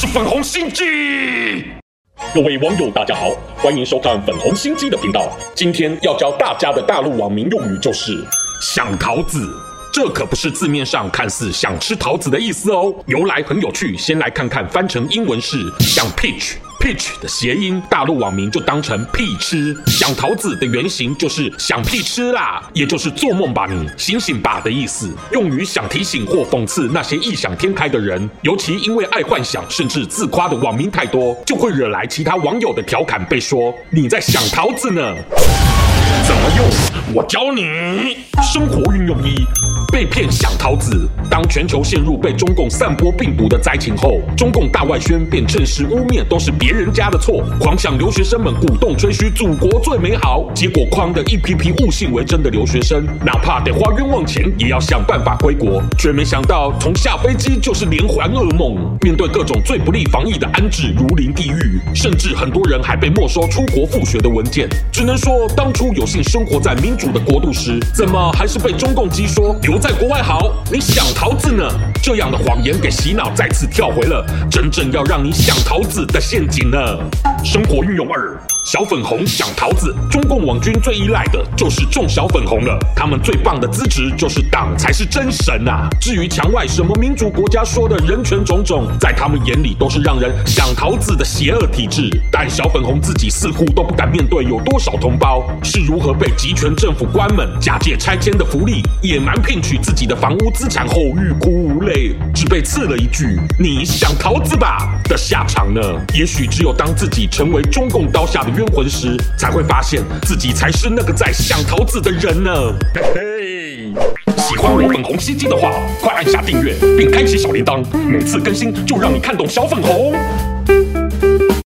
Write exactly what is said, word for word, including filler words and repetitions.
是粉红心机。各位网友大家好，欢迎收看粉红心机的频道。今天要教大家的大陆网民用语就是想桃子，这可不是字面上看似想吃桃子的意思哦，由来很有趣。先来看看翻成英文是想 peach。Peach 的谐音，大陆网民就当成屁吃。想桃子的原型就是想屁吃啦，也就是做梦吧你，醒醒吧的意思，用于想提醒或讽刺那些异想天开的人。尤其因为爱幻想甚至自夸的网民太多，就会惹来其他网友的调侃，被说你在想桃子呢。怎么用？我教你。生活运用一：被骗想桃子。当全球陷入被中共散播病毒的灾情后，中共大外宣便趁势污蔑都是别人家的错，狂向留学生们鼓动吹嘘祖国最美好。结果框的一批批误信为真的留学生，哪怕得花冤枉钱，也要想办法归国，却没想到从下飞机就是连环噩梦。面对各种最不利防疫的安置如临地狱，甚至很多人还被没收出国复学的文件。只能说，当初有幸生活在民主的国度时，怎么还是被中共激说留在国外好？你想桃子呢？这样的谎言给洗脑，再次跳回了真正要让你想桃子的陷阱呢。生活运用二：小粉红想桃子。中共网军最依赖的就是种小粉红了，他们最棒的资质就是党才是真神啊。至于墙外什么民主国家说的人权种种，在他们眼里都是让人想桃子的邪恶体制。但小粉红自己似乎都不敢面对，有多少同胞是如何被集权政府官们假借拆迁的福利，野蛮骗取自己的房屋资产后欲哭无泪，只被刺了一句你想桃子吧的下场呢？也许只有当自己成为中共刀下的冤魂时，才会发现自己才是那个在想桃子的人呢。嘿嘿，喜欢我粉红心机的话，快按下订阅并开启小铃铛，每次更新就让你看懂小粉红。